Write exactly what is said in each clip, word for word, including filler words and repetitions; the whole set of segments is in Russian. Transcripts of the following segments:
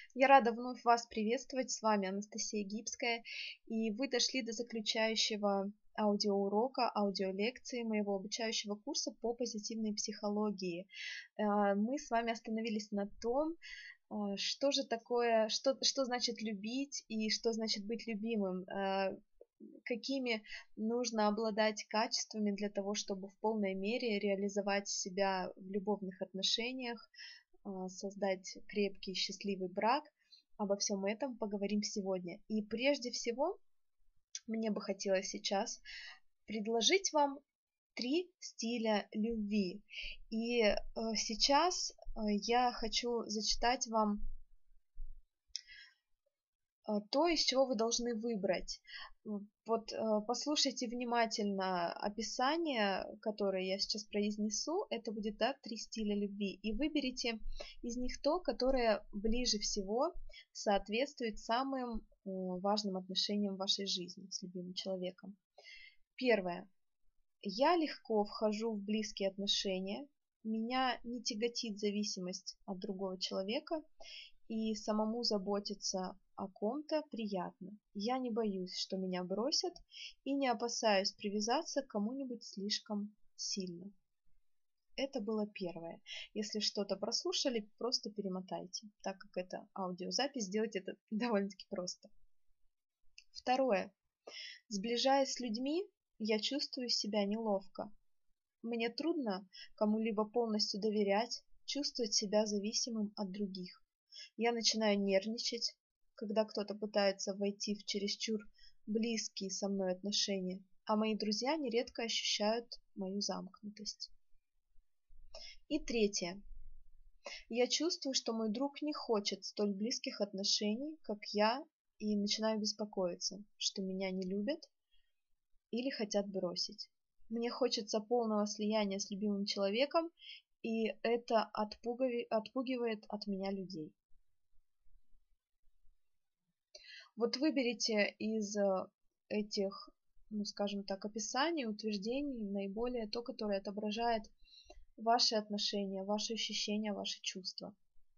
Я рада вновь вас приветствовать. С вами Анастасия Гибская, и вы дошли до заключающего аудиоурока, аудиолекции моего обучающего курса по позитивной психологии. Э, Мы с вами остановились на том, э, что же такое, что, что значит любить и что значит быть любимым, э, какими нужно обладать качествами для того, чтобы в полной мере реализовать себя в любовных отношениях, а, создать крепкий, счастливый брак. Обо всем этом поговорим сегодня. И прежде всего, мне бы хотелось сейчас предложить вам три стиля любви. И э, сейчас э, я хочу зачитать вам э, то, из чего вы должны выбрать. Вот э, послушайте внимательно описание, которое я сейчас произнесу. Это будет, да, три стиля любви. И выберите из них то, которое ближе всего соответствует самым э, важным отношениям в вашей жизни с любимым человеком. Первое. Я легко вхожу в близкие отношения. Меня не тяготит зависимость от другого человека, и самому заботиться о ком-то приятно. Я не боюсь, что меня бросят, и не опасаюсь привязаться к кому-нибудь слишком сильно. Это было первое. Если что-то прослушали, просто перемотайте, так как это аудиозапись, сделать это довольно-таки просто. Второе. Сближаясь с людьми, я чувствую себя неловко. Мне трудно кому-либо полностью доверять, чувствовать себя зависимым от других. Я начинаю нервничать, когда кто-то пытается войти в чересчур близкие со мной отношения, а мои друзья нередко ощущают мою замкнутость. И третье. Я чувствую, что мой друг не хочет столь близких отношений, как я, и начинаю беспокоиться, что меня не любят или хотят бросить. Мне хочется полного слияния с любимым человеком, и это отпугивает от меня людей. Вот выберите из этих, ну, скажем так, описаний, утверждений наиболее то, которое отображает ваши отношения, ваши ощущения, ваши чувства.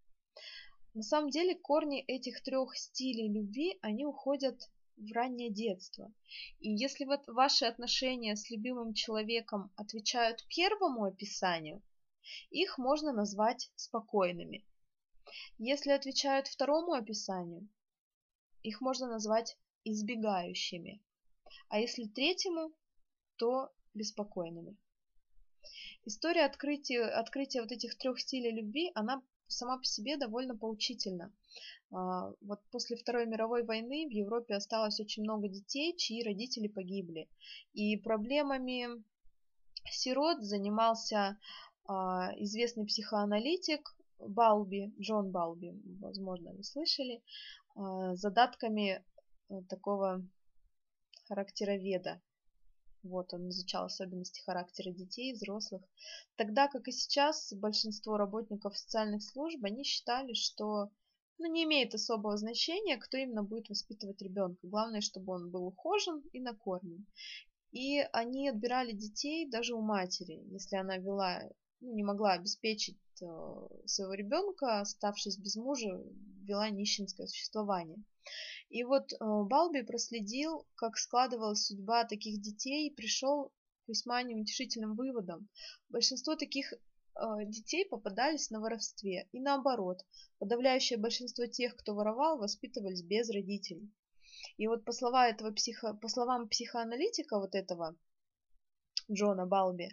На самом деле корни этих трех стилей любви, они уходят в раннее детство. И если вот ваши отношения с любимым человеком отвечают первому описанию, их можно назвать спокойными. Если отвечают второму описанию, их можно назвать избегающими. А если третьему, то беспокойными. История открытия, открытия вот этих трех стилей любви, она сама по себе довольно поучительна. Вот после Второй мировой войны в Европе осталось очень много детей, чьи родители погибли. И проблемами сирот занимался известный психоаналитик Балби, Джон Балби, возможно, вы слышали, задатками такого характероведа. Вот, он изучал особенности характера детей, взрослых. Тогда, как и сейчас, большинство работников социальных служб, они считали, что ну, не имеет особого значения, кто именно будет воспитывать ребенка. Главное, чтобы он был ухожен и накормлен. И они отбирали детей даже у матери, если она вела, ну, не могла обеспечить своего ребенка, оставшись без мужа, вела нищенское существование. И вот Балби проследил, как складывалась судьба таких детей, и пришел к весьма неутешительным выводам. Большинство таких детей попадались на воровстве, и наоборот, подавляющее большинство тех, кто воровал, воспитывались без родителей. И вот по словам этого психо, по словам психоаналитика вот этого Джона Балби,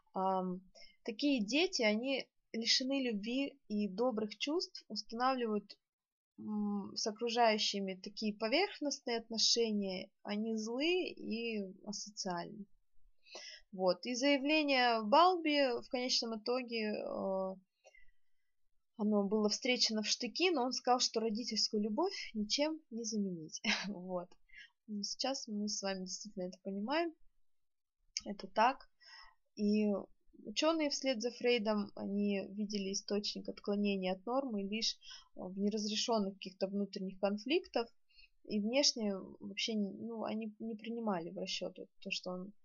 такие дети, они лишены любви и добрых чувств, устанавливают с окружающими такие поверхностные отношения, они злые и асоциальны. Вот. И заявление Балби в конечном итоге оно было встречено в штыки, но он сказал, что родительскую любовь ничем не заменить. Вот. Сейчас мы с вами действительно это понимаем. Это так. И ученые вслед за Фрейдом, они видели источник отклонения от нормы лишь в неразрешенных каких-то внутренних конфликтах, и внешне вообще ну, они не принимали в расчет то, что он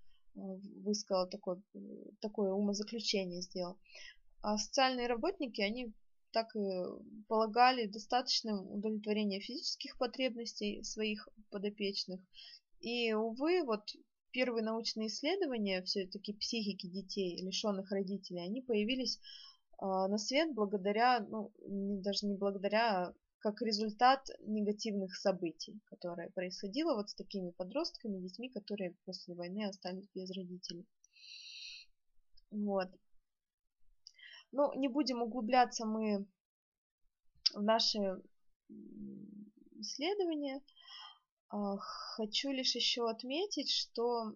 высказал такое, такое умозаключение сделал. А социальные работники, они так и полагали достаточным удовлетворения физических потребностей своих подопечных. И, увы, вот первые научные исследования все-таки психики детей, лишенных родителей, они появились а, на свет благодаря, ну, не, даже не благодаря, а как результат негативных событий, которые происходило вот с такими подростками, детьми, которые после войны остались без родителей. Вот. Ну, не будем углубляться мы в наши исследования. Хочу лишь еще отметить, что...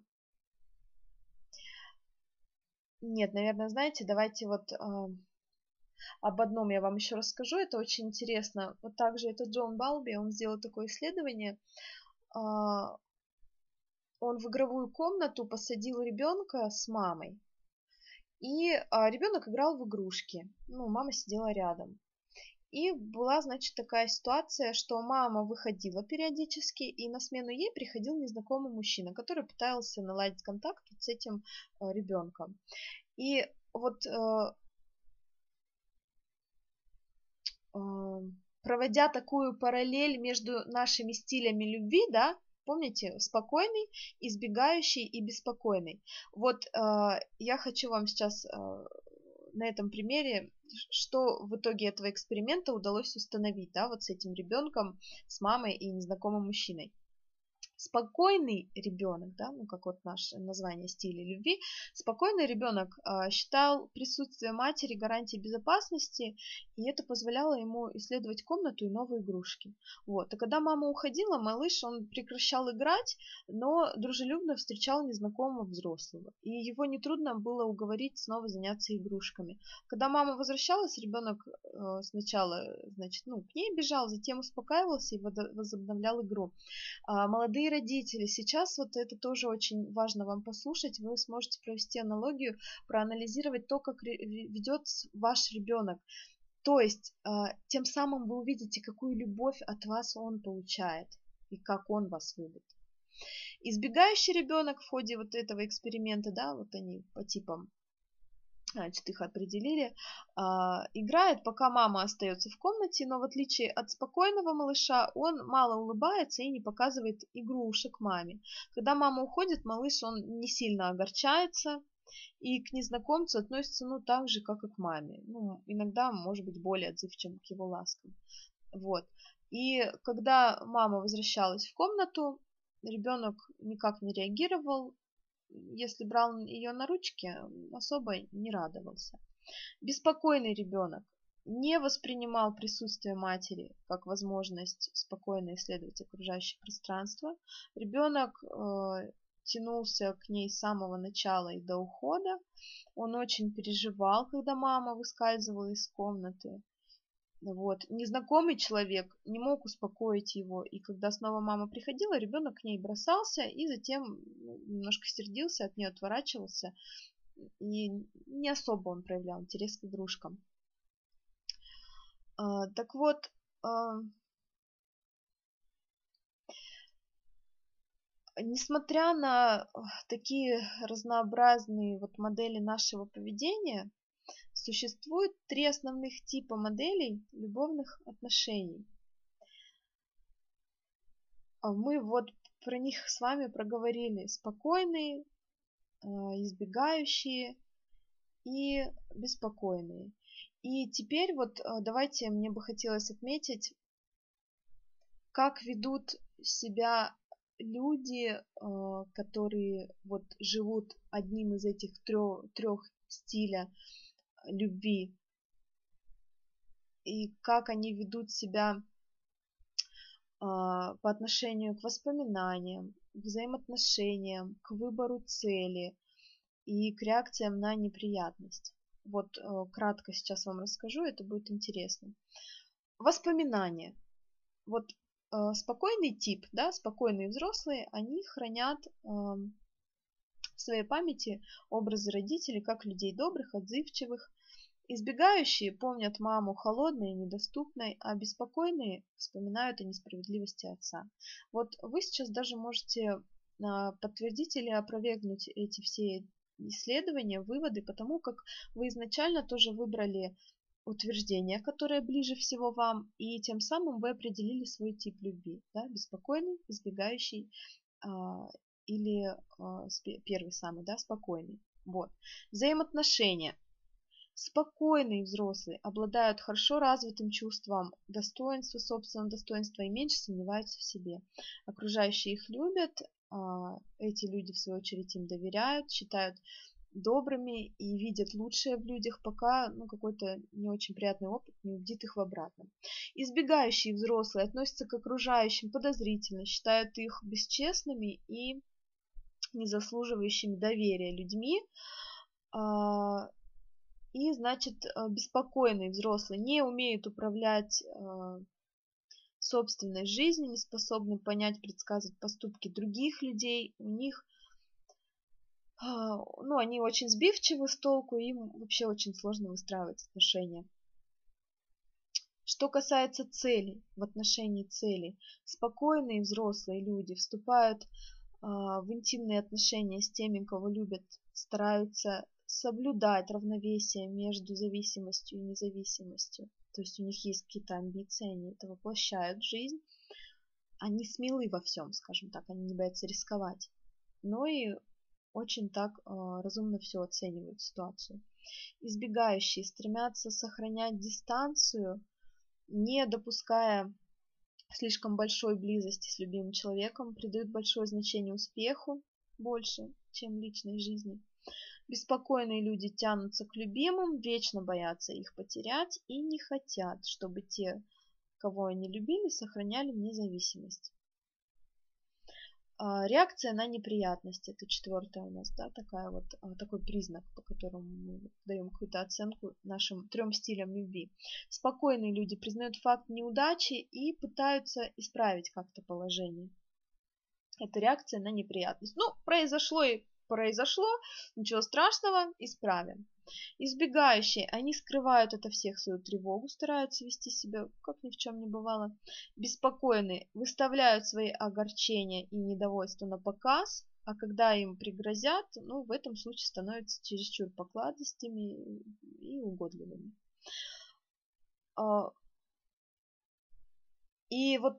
Нет, наверное, знаете, давайте вот об одном я вам еще расскажу, это очень интересно. Вот также это Джон Балби, он сделал такое исследование. Он в игровую комнату посадил ребенка с мамой. И ребенок играл в игрушки. Ну, мама сидела рядом. И была, значит, такая ситуация, что мама выходила периодически, и на смену ей приходил незнакомый мужчина, который пытался наладить контакт с этим ребенком. И вот проводя такую параллель между нашими стилями любви, да, помните, спокойный, избегающий и беспокойный. Вот э, я хочу вам сейчас э, на этом примере, что в итоге этого эксперимента удалось установить, да, вот с этим ребенком, с мамой и незнакомым мужчиной. Спокойный ребенок, да, ну как вот наше название стиля любви, спокойный ребенок э, считал присутствие матери гарантией безопасности, и это позволяло ему исследовать комнату и новые игрушки. Вот. А когда мама уходила, малыш, он прекращал играть, но дружелюбно встречал незнакомого взрослого, и его нетрудно было уговорить снова заняться игрушками. Когда мама возвращалась, ребенок э, сначала, значит, ну, к ней бежал, затем успокаивался и возобновлял игру. А молодые родители, сейчас вот это тоже очень важно вам послушать, вы сможете провести аналогию, проанализировать то, как ведет ваш ребенок. То есть тем самым вы увидите, какую любовь от вас он получает и как он вас любит. Избегающий ребенок в ходе вот этого эксперимента, да, вот они по типам, значит, их определили, а, играет, пока мама остается в комнате, но в отличие от спокойного малыша, он мало улыбается и не показывает игрушек маме. Когда мама уходит, малыш, он не сильно огорчается и к незнакомцу относится, ну, так же, как и к маме. Ну, иногда, может быть, более отзывчивым к его ласкам. Вот. И когда мама возвращалась в комнату, ребенок никак не реагировал, если брал ее на ручки, особо не радовался. Беспокойный ребенок не воспринимал присутствие матери как возможность спокойно исследовать окружающее пространство. Ребенок э, тянулся к ней с самого начала и до ухода. Он очень переживал, когда мама выскальзывала из комнаты. Вот. Незнакомый человек не мог успокоить его, и когда снова мама приходила, ребенок к ней бросался и затем немножко сердился, от нее отворачивался, и не особо он проявлял интерес к игрушкам. А, так вот, а, несмотря на такие разнообразные вот модели нашего поведения, существует три основных типа моделей любовных отношений. Мы вот про них с вами проговорили: спокойные, избегающие и беспокойные. И теперь вот давайте, мне бы хотелось отметить, как ведут себя люди, которые вот живут одним из этих трех, трех стиля любви, и как они ведут себя по отношению к воспоминаниям, к взаимоотношениям, к выбору цели и к реакциям на неприятность. Вот кратко сейчас вам расскажу, это будет интересно. Воспоминания. Вот спокойный тип, да, спокойные взрослые, они хранят в своей памяти образы родителей как людей добрых, отзывчивых. Избегающие помнят маму холодной и недоступной, а беспокойные вспоминают о несправедливости отца. Вот вы сейчас даже можете подтвердить или опровергнуть эти все исследования, выводы, потому как вы изначально тоже выбрали утверждение, которое ближе всего вам, и тем самым вы определили свой тип любви, да, беспокойный, избегающий а, или а, первый самый, да, спокойный. Вот. Взаимоотношения. Спокойные взрослые обладают хорошо развитым чувством достоинства, собственного достоинства и меньше сомневаются в себе. Окружающие их любят, а, эти люди в свою очередь им доверяют, считают добрыми и видят лучшее в людях, пока ну, какой-то не очень приятный опыт не убедит их в обратном. Избегающие взрослые относятся к окружающим подозрительно, считают их бесчестными и не заслуживающими доверия людьми. И, значит, беспокойные взрослые не умеют управлять собственной жизнью, не способны понять, предсказывать поступки других людей. У них ну, они очень сбивчивы с толку, им вообще очень сложно выстраивать отношения. Что касается целей, в отношении целей, спокойные взрослые люди вступают в интимные отношения с теми, кого любят, стараются соблюдать равновесие между зависимостью и независимостью. То есть у них есть какие-то амбиции, они это воплощают в жизнь. Они смелы во всем, скажем так, они не боятся рисковать. Но и очень так э, разумно все оценивают ситуацию. Избегающие стремятся сохранять дистанцию, не допуская слишком большой близости с любимым человеком, придают большое значение успеху, больше, чем личной жизни. Беспокойные люди тянутся к любимым, вечно боятся их потерять и не хотят, чтобы те, кого они любили, сохраняли независимость. Реакция на неприятности, это четвертая у нас, да, такая вот, такой признак, по которому мы даем какую-то оценку нашим трем стилям любви. Спокойные люди признают факт неудачи и пытаются исправить как-то положение. Это реакция на неприятность. Ну, произошло и произошло, ничего страшного, исправим. Избегающие, они скрывают ото всех свою тревогу, стараются вести себя, как ни в чем не бывало. Беспокойные выставляют свои огорчения и недовольство на показ, а когда им пригрозят, ну, в этом случае становятся чересчур покладистыми и угодливыми. И вот,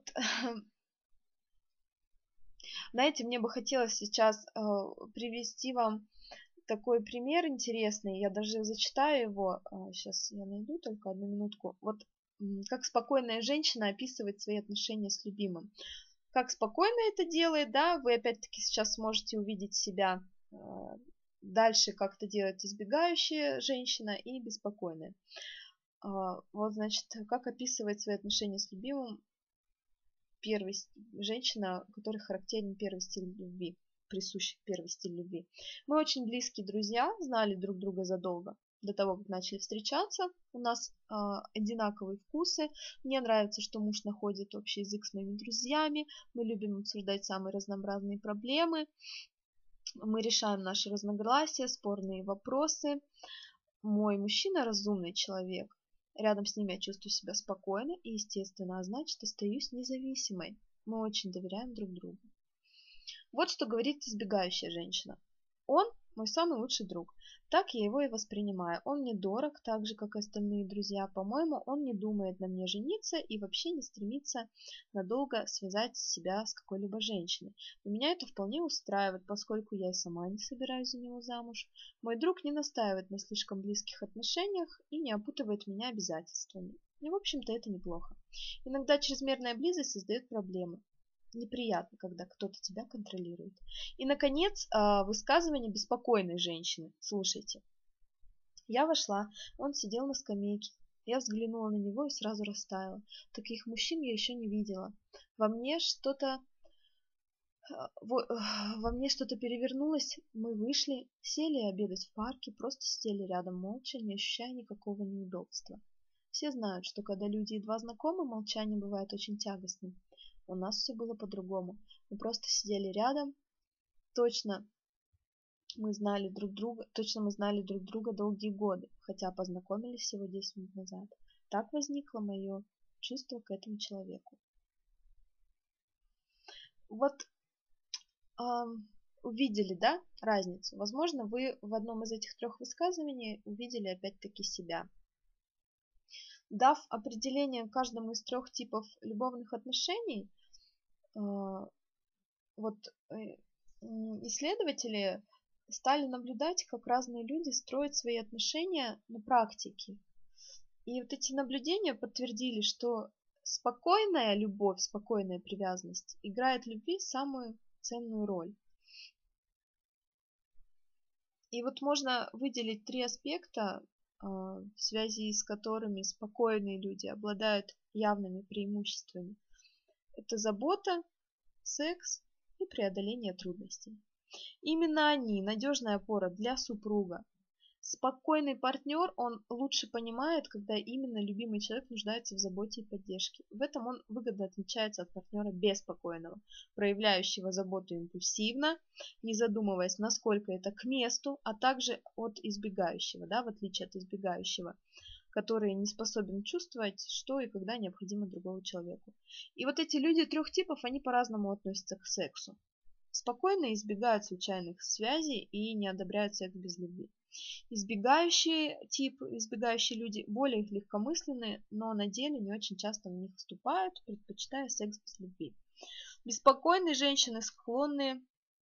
знаете, мне бы хотелось сейчас привести вам такой пример интересный, я даже зачитаю его, сейчас я найду только одну минутку. Вот как спокойная женщина описывает свои отношения с любимым. Как спокойно это делает, да, вы опять-таки сейчас сможете увидеть себя дальше, как это делает избегающая женщина и беспокойная. Вот, значит, как описывает свои отношения с любимым первый, женщина, которой характерен первый стиль любви. Присущий первый стиль любви. Мы очень близкие друзья, знали друг друга задолго до того, как начали встречаться. У нас э, одинаковые вкусы. Мне нравится, что муж находит общий язык с моими друзьями. Мы любим обсуждать самые разнообразные проблемы. Мы решаем наши разногласия, спорные вопросы. Мой мужчина разумный человек. Рядом с ним я чувствую себя спокойно и естественно, а значит, остаюсь независимой. Мы очень доверяем друг другу. Вот что говорит избегающая женщина. Он мой самый лучший друг. Так я его и воспринимаю. Он мне дорог, так же, как и остальные друзья. По-моему, он не думает на мне жениться и вообще не стремится надолго связать себя с какой-либо женщиной. Но меня это вполне устраивает, поскольку я и сама не собираюсь за него замуж. Мой друг не настаивает на слишком близких отношениях и не опутывает меня обязательствами. И, в общем-то, это неплохо. Иногда чрезмерная близость создает проблемы. Неприятно, когда кто-то тебя контролирует. И, наконец, высказывание беспокойной женщины. Слушайте. Я вошла, он сидел на скамейке. Я взглянула на него и сразу растаяла. Таких мужчин я еще не видела. Во мне что-то... Во мне что-то перевернулось. Мы вышли, сели обедать в парке, просто сидели рядом молча, не ощущая никакого неудобства. Все знают, что когда люди едва знакомы, молчание бывает очень тягостным. У нас все было по-другому. Мы просто сидели рядом. Точно мы знали друг друга, точно мы знали друг друга долгие годы, хотя познакомились всего десять минут назад. Так возникло мое чувство к этому человеку. Вот эм, увидели, да, разницу? Возможно, вы в одном из этих трех высказываний увидели опять-таки себя. Дав определение каждому из трех типов любовных отношений, вот исследователи стали наблюдать, как разные люди строят свои отношения на практике. И вот эти наблюдения подтвердили, что спокойная любовь, спокойная привязанность играет в любви самую ценную роль. И вот можно выделить три аспекта, в связи с которыми спокойные люди обладают явными преимуществами. Это забота, секс и преодоление трудностей. Именно они – надежная опора для супруга. Спокойный партнер, он лучше понимает, когда именно любимый человек нуждается в заботе и поддержке. В этом он выгодно отличается от партнера беспокойного, проявляющего заботу импульсивно, не задумываясь, насколько это к месту, а также от избегающего, да, в отличие от избегающего, который не способен чувствовать, что и когда необходимо другому человеку. И вот эти люди трех типов, они по-разному относятся к сексу. Спокойно избегают случайных связей и не одобряют секс без любви. Избегающие тип, избегающие люди более легкомысленные, но на деле не очень часто в них вступают, предпочитая секс без любви. Беспокойные женщины склонны,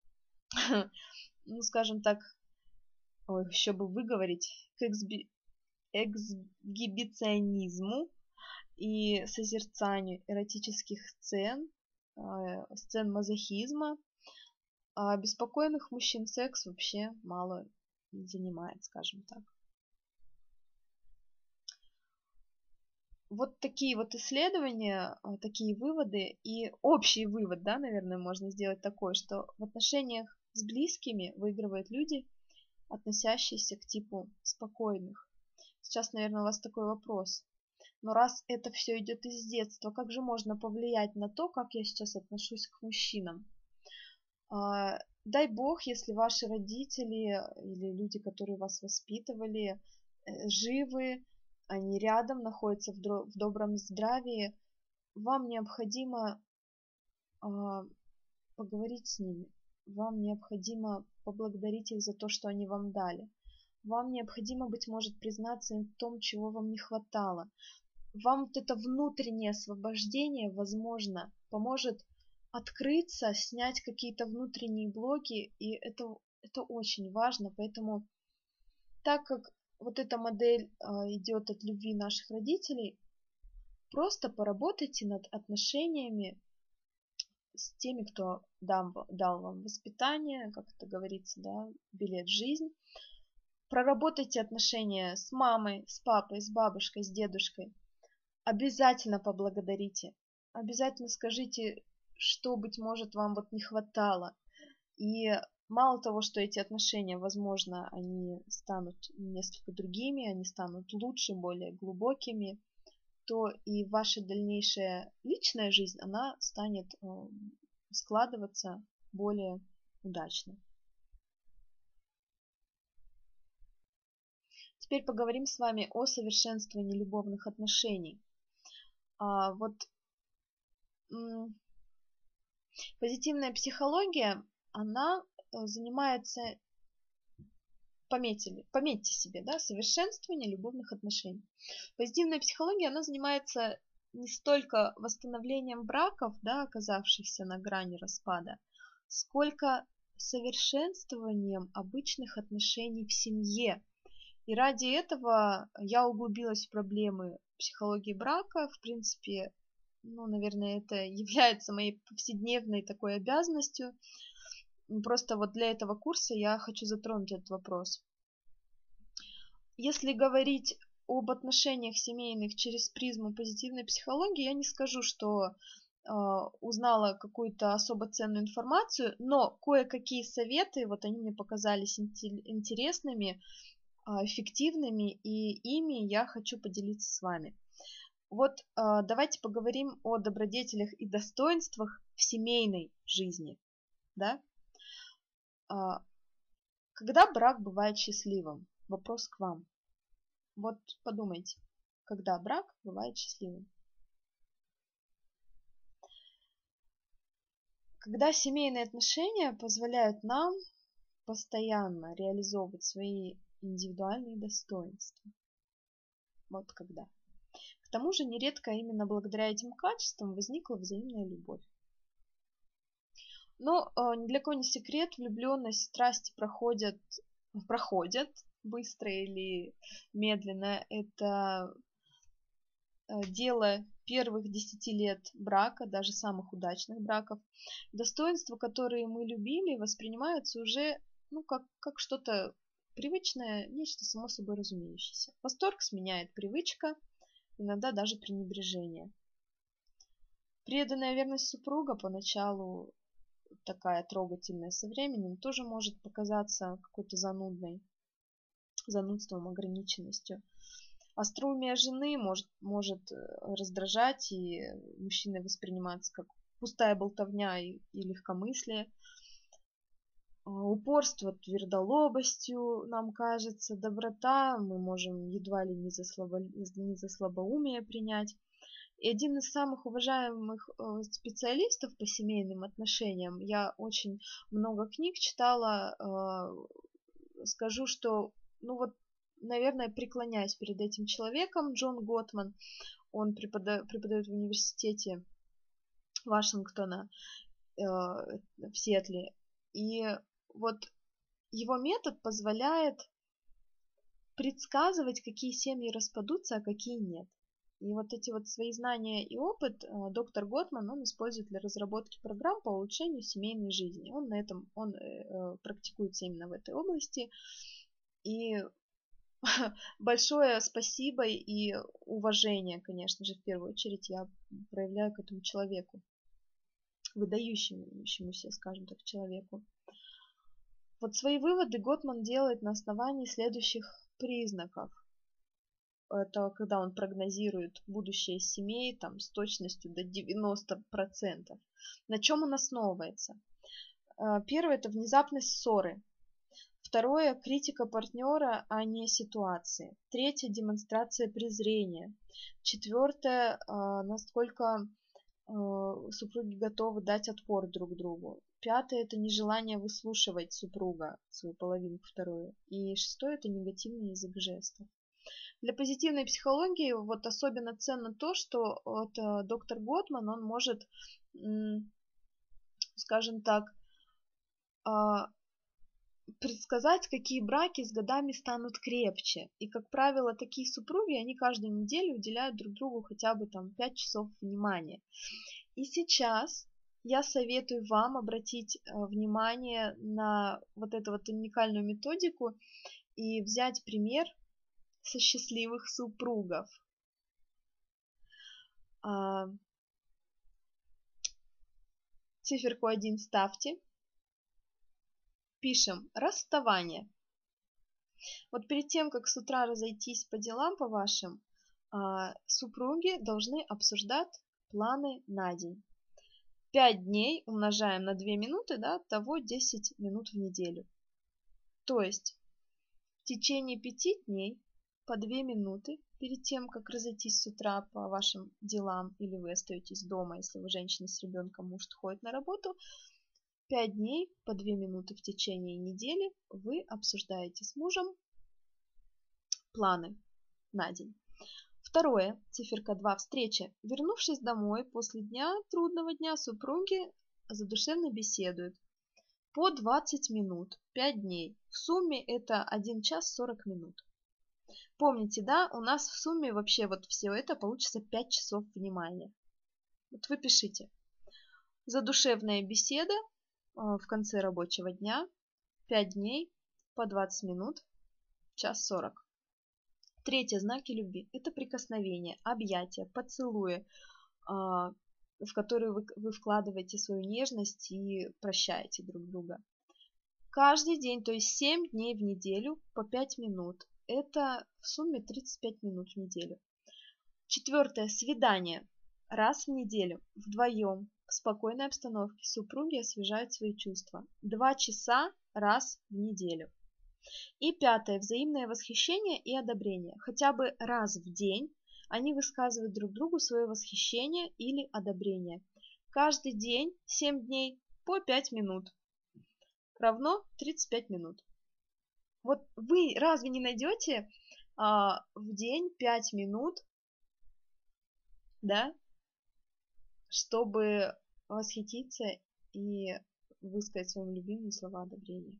ну скажем так, ой, еще бы выговорить, к эксби... эксгибиционизму и созерцанию эротических сцен, сцен мазохизма. А беспокойных мужчин секс вообще мало занимает, скажем так. Вот такие вот исследования, такие выводы и общий вывод, да, наверное, можно сделать такой, что в отношениях с близкими выигрывают люди, относящиеся к типу спокойных. Сейчас, наверное, у вас такой вопрос. Но раз это все идет из детства, как же можно повлиять на то, как я сейчас отношусь к мужчинам? Дай бог, если ваши родители или люди, которые вас воспитывали, живы, они рядом, находятся в добром здравии, вам необходимо поговорить с ними, вам необходимо поблагодарить их за то, что они вам дали. Вам необходимо, быть может, признаться им в том, чего вам не хватало. Вам вот это внутреннее освобождение, возможно, поможет открыться, снять какие-то внутренние блоки, и это, это очень важно. Поэтому, так как вот эта модель а, идет от любви наших родителей, просто поработайте над отношениями с теми, кто дал, дал вам воспитание, как это говорится, да, билет в жизнь. Проработайте отношения с мамой, с папой, с бабушкой, с дедушкой. Обязательно поблагодарите. Обязательно скажите, что, быть может, вам вот не хватало. И мало того, что эти отношения, возможно, они станут несколько другими, они станут лучше, более глубокими, то и ваша дальнейшая личная жизнь, она станет складываться более удачно. Теперь поговорим с вами о совершенствовании любовных отношений. А, вот позитивная психология, она занимается, пометили, пометьте себе, да, совершенствование любовных отношений. Позитивная психология, она занимается не столько восстановлением браков, да, оказавшихся на грани распада, сколько совершенствованием обычных отношений в семье. И ради этого я углубилась в проблемы психологии брака. В принципе, ну, наверное, это является моей повседневной такой обязанностью. Просто вот для этого курса я хочу затронуть этот вопрос. Если говорить об отношениях семейных через призму позитивной психологии, я не скажу, что э, узнала какую-то особо ценную информацию, но кое-какие советы, вот они мне показались интересными, эффективными, и ими я хочу поделиться с вами. Вот э, давайте поговорим о добродетелях и достоинствах в семейной жизни. Да? Э, когда брак бывает счастливым? Вопрос к вам. Вот подумайте, когда брак бывает счастливым? Когда семейные отношения позволяют нам постоянно реализовывать свои индивидуальные достоинства. Вот когда. тому же нередко именно благодаря этим качествам возникла взаимная любовь. Но э, ни для кого не секрет, влюбленность, страсти проходят, проходят быстро или медленно. Это э, дело первых десяти лет брака, даже самых удачных браков. Достоинства, которые мы любили, воспринимаются уже ну, как, как что-то привычное, нечто само собой разумеющееся. Восторг сменяет привычка, иногда даже пренебрежение. Преданная верность супруга поначалу такая трогательная со временем тоже может показаться какой-то занудной, занудством, ограниченностью. Остроумие жены может, может раздражать, и мужчиной восприниматься как пустая болтовня и, и легкомыслие. Упорство твердолобостью, нам кажется, доброта мы можем едва ли не за, слабо, не за слабоумие принять. И один из самых уважаемых специалистов по семейным отношениям, я очень много книг читала, скажу, что, ну вот, наверное, преклоняюсь перед этим человеком, Джон Готман, он преподает, преподает в университете Вашингтона в Сиэтле, и вот его метод позволяет предсказывать, какие семьи распадутся, а какие нет. И вот эти вот свои знания и опыт доктор Готман, он использует для разработки программ по улучшению семейной жизни. Он на этом, он э, практикуется именно в этой области. И большое спасибо и уважение, конечно же, в первую очередь я проявляю к этому человеку, выдающемуся, скажем так, человеку. Вот свои выводы Готман делает на основании следующих признаков. Это когда он прогнозирует будущее семей там, с точностью до девяноста процентов. На чем он основывается? Первое – это внезапность ссоры. Второе – критика партнера, а не ситуации. Третье – демонстрация презрения. Четвертое – насколько супруги готовы дать отпор друг другу. Пятое – это нежелание выслушивать супруга, свою половинку вторую. И шестое – это негативный язык жестов. Для позитивной психологии вот особенно ценно то, что вот, доктор Готман, он может, скажем так, предсказать, какие браки с годами станут крепче. И, как правило, такие супруги, они каждую неделю уделяют друг другу хотя бы там пять часов внимания. И сейчас я советую вам обратить внимание на вот эту вот уникальную методику и взять пример со счастливых супругов. Циферку один ставьте. Пишем расставание. Вот перед тем, как с утра разойтись по делам по вашим, супруги должны обсуждать планы на день. пять дней умножаем на две минуты, да, того десять минут в неделю. То есть в течение пяти дней по две минуты перед тем, как разойтись с утра по вашим делам, или вы остаетесь дома, если вы женщина с ребенком, муж ходит на работу, пять дней по две минуты в течение недели вы обсуждаете с мужем планы на день. Второе, циферка два, встреча. Вернувшись домой после дня, трудного дня, супруги задушевно беседуют по двадцать минут, пять дней. В сумме это один час сорок минут. Помните, да, у нас в сумме вообще вот все это получится пять часов внимания. Вот вы пишите. Задушевная беседа в конце рабочего дня, пять дней по двадцать минут, час сорок. Третье, знаки любви. Это прикосновение, объятия, поцелуи, в которые вы, вы вкладываете свою нежность и прощаете друг друга. Каждый день, то есть семь дней в неделю по пять минут. Это в сумме тридцать пять минут в неделю. Четвертое, свидание. Раз в неделю, вдвоем, в спокойной обстановке супруги освежают свои чувства. Два часа раз в неделю. И пятое, взаимное восхищение и одобрение. Хотя бы раз в день они высказывают друг другу свое восхищение или одобрение. Каждый день, семь дней, по пять минут. Равно тридцать пять минут. Вот вы разве не найдете а, в день пять минут да, чтобы восхититься и высказать своим любимым слова одобрения.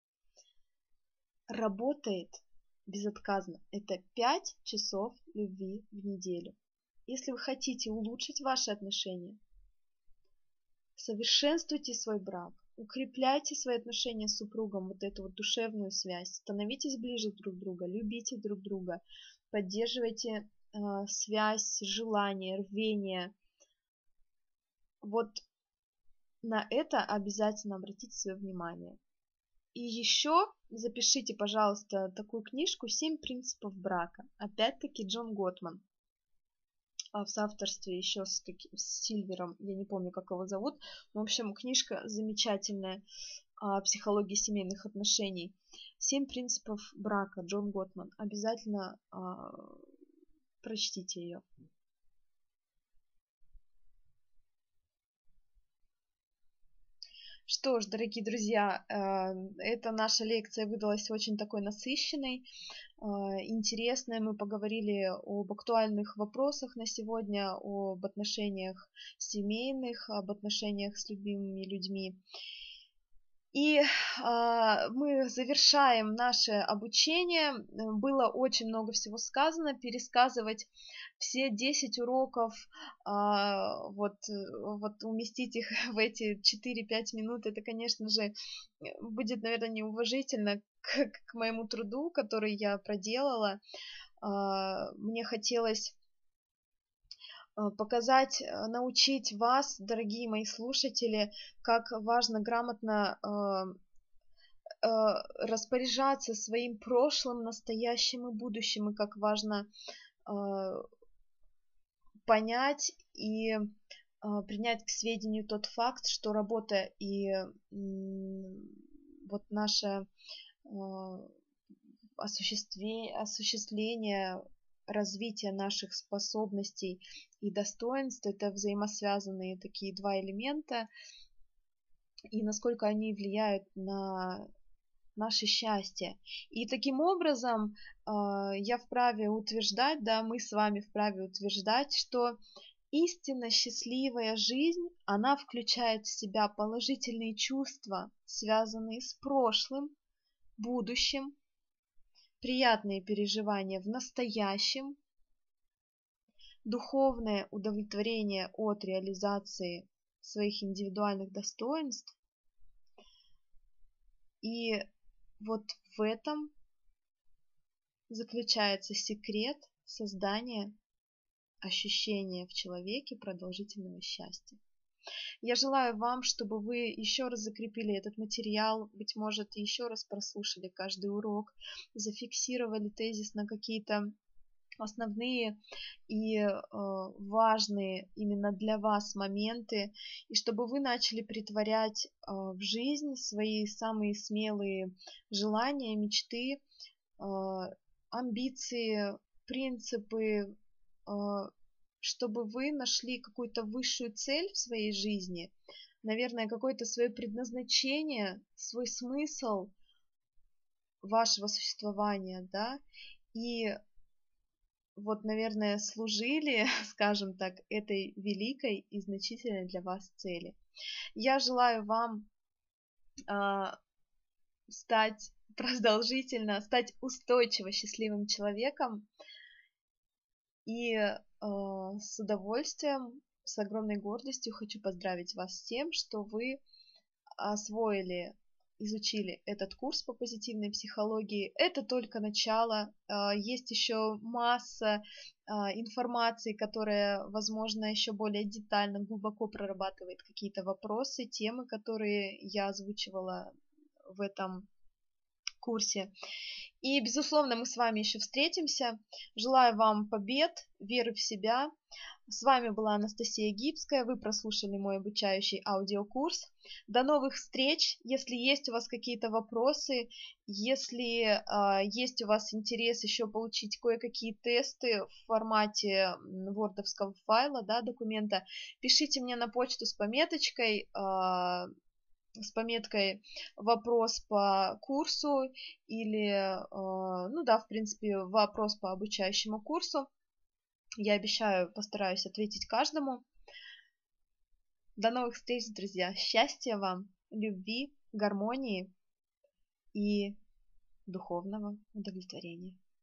Работает безотказно. Это пять часов любви в неделю. Если вы хотите улучшить ваши отношения, совершенствуйте свой брак, укрепляйте свои отношения с супругом, вот эту вот душевную связь, становитесь ближе друг друга, любите друг друга, поддерживайте э, связь, желание, рвение. Вот на это обязательно обратите свое внимание. И еще запишите, пожалуйста, такую книжку «Семь принципов брака». Опять-таки Джон Готман. В соавторстве еще с, таки, с Сильвером, я не помню, как его зовут. В общем, книжка замечательная о психологии семейных отношений. «Семь принципов брака» Джон Готман. Обязательно а, прочтите ее. Что ж, дорогие друзья, эта наша лекция выдалась очень такой насыщенной, интересной. Мы поговорили об актуальных вопросах на сегодня, об отношениях семейных, об отношениях с любимыми людьми. И э, мы завершаем наше обучение. Было очень много всего сказано. Пересказывать все десять уроков, э, вот, вот уместить их в эти четыре-пять минут, это, конечно же, будет, наверное, неуважительно к, к моему труду, который я проделала. Э, мне хотелось показать, научить вас, дорогие мои слушатели, как важно грамотно э, э, распоряжаться своим прошлым, настоящим и будущим, и как важно э, понять и э, принять к сведению тот факт, что работа и э, вот наше э, осуществление, осуществление развитие наших способностей и достоинств — это взаимосвязанные такие два элемента, и насколько они влияют на наше счастье. И таким образом э, я вправе утверждать, да, мы с вами вправе утверждать, что истинно счастливая жизнь, она включает в себя положительные чувства, связанные с прошлым, будущим, приятные переживания в настоящем, духовное удовлетворение от реализации своих индивидуальных достоинств. И вот в этом заключается секрет создания ощущения в человеке продолжительного счастья. Я желаю вам, чтобы вы еще раз закрепили этот материал, быть может, еще раз прослушали каждый урок, зафиксировали тезисно какие-то основные и э, важные именно для вас моменты, и чтобы вы начали притворять э, в жизнь свои самые смелые желания, мечты, э, амбиции, принципы, э, чтобы вы нашли какую-то высшую цель в своей жизни, наверное, какое-то свое предназначение, свой смысл вашего существования, да, и вот, наверное, служили, скажем так, этой великой и значительной для вас цели. Я желаю вам э, стать продолжительно, стать устойчиво счастливым человеком, и э, с удовольствием, с огромной гордостью хочу поздравить вас с тем, что вы освоили, изучили этот курс по позитивной психологии. Это только начало. Есть еще масса информации, которая, возможно, еще более детально, глубоко прорабатывает какие-то вопросы, темы, которые я озвучивала в этом курсе. И, безусловно, мы с вами еще встретимся. Желаю вам побед, веры в себя. С вами была Анастасия Гибская. Вы прослушали мой обучающий аудиокурс. До новых встреч. Если есть у вас какие-то вопросы, если э, есть у вас интерес еще получить кое-какие тесты в формате вордовского файла, да, документа, пишите мне на почту с пометочкой, э, с пометкой «Вопрос по курсу» или, ну да, в принципе, «Вопрос по обучающему курсу». Я обещаю, постараюсь ответить каждому. До новых встреч, друзья! Счастья вам, любви, гармонии и духовного удовлетворения.